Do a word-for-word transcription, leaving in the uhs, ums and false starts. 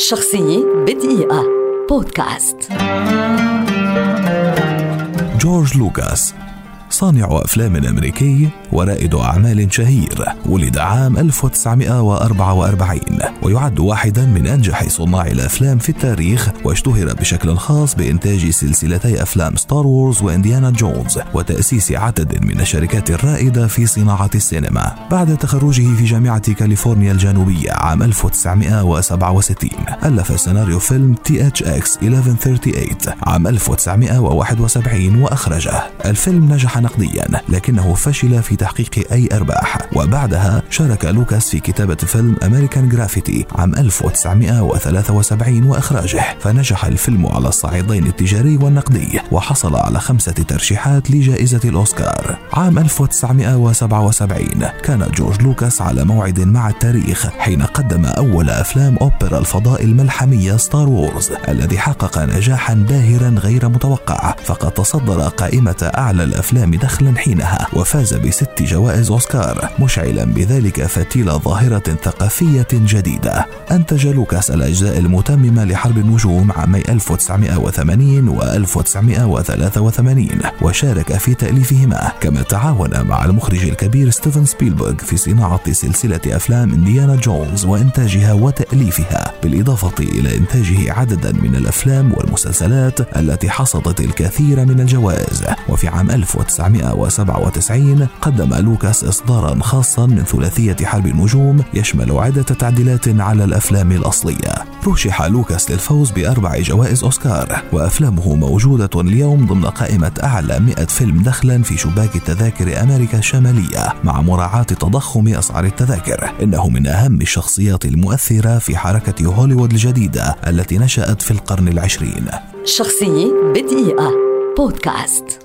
شخصية بدقيقة بودكاست. جورج لوكاس صانع أفلام أمريكي ورائد أعمال شهير، ولد عام ألف وتسعمائة وأربعة وأربعين ويعد واحدا من أنجح صناع الأفلام في التاريخ، واشتهر بشكل خاص بإنتاج سلسلتي أفلام ستار وورز وإنديانا جونز وتأسيس عدد من الشركات الرائدة في صناعة السينما. بعد تخرجه في جامعة كاليفورنيا الجنوبية عام ألف وتسعمائة وسبعة وستين ألف سيناريو فيلم تي إتش إكس أحد عشر ثمانية وثلاثين عام ألف وتسعمائة وواحد وسبعين وأخرجه. الفيلم نجح نقديا لكنه فشل في تحقيق أي أرباح، وبعدها شارك لوكاس في كتابة فيلم أمريكان جرافيتي عام ألف وتسعمائة وثلاثة وسبعين وإخراجه، فنجح الفيلم على الصعيدين التجاري والنقدي وحصل على خمسة ترشيحات لجائزة الأوسكار. عام ألف وتسعمائة وسبعة وسبعين كان جورج لوكاس على موعد مع التاريخ حين قدم أول أفلام أوبرا الفضاء الملحمية ستار وورز، الذي حقق نجاحا باهرا غير متوقع، فقد تصدر قائمة أعلى الأفلام دخلا حينها وفاز بست جوائز أوسكار، مشعلا بذلك فتيل ظاهرة ثقافية جديدة. أنتج لوكاس الأجزاء المتممة لحرب النجوم عامي ألف وتسعمائة وثمانين و ألف وتسعمائة وثلاثة وثمانين وشارك في تأليفهما، كما تعاون مع المخرج الكبير ستيفن سبيلبرغ في صناعة سلسلة أفلام إنديانا جونز وإنتاجها وتأليفها، بالإضافة إلى إنتاجه عددا من الأفلام والمسلسلات التي حصدت الكثير من الجوائز. وفي عام ألف وتسعمائة وسبعة وتسعين قدم لوكاس إصدارا خاصا من ثلاثية حرب النجوم يشمل عدة تعديلات على الأفلام الأصلية. رشح لوكاس للفوز بأربع جوائز أوسكار، وأفلامه موجودة اليوم ضمن قائمة أعلى مئة فيلم دخلا في شباك التذاكر أمريكا الشمالية، مع مراعاة تضخم أسعار التذاكر. إنه من أهم الشخصيات المؤثرة في حركة هوليوود الجديدة التي نشأت في القرن العشرين. شخصية بدقيقة بودكاست.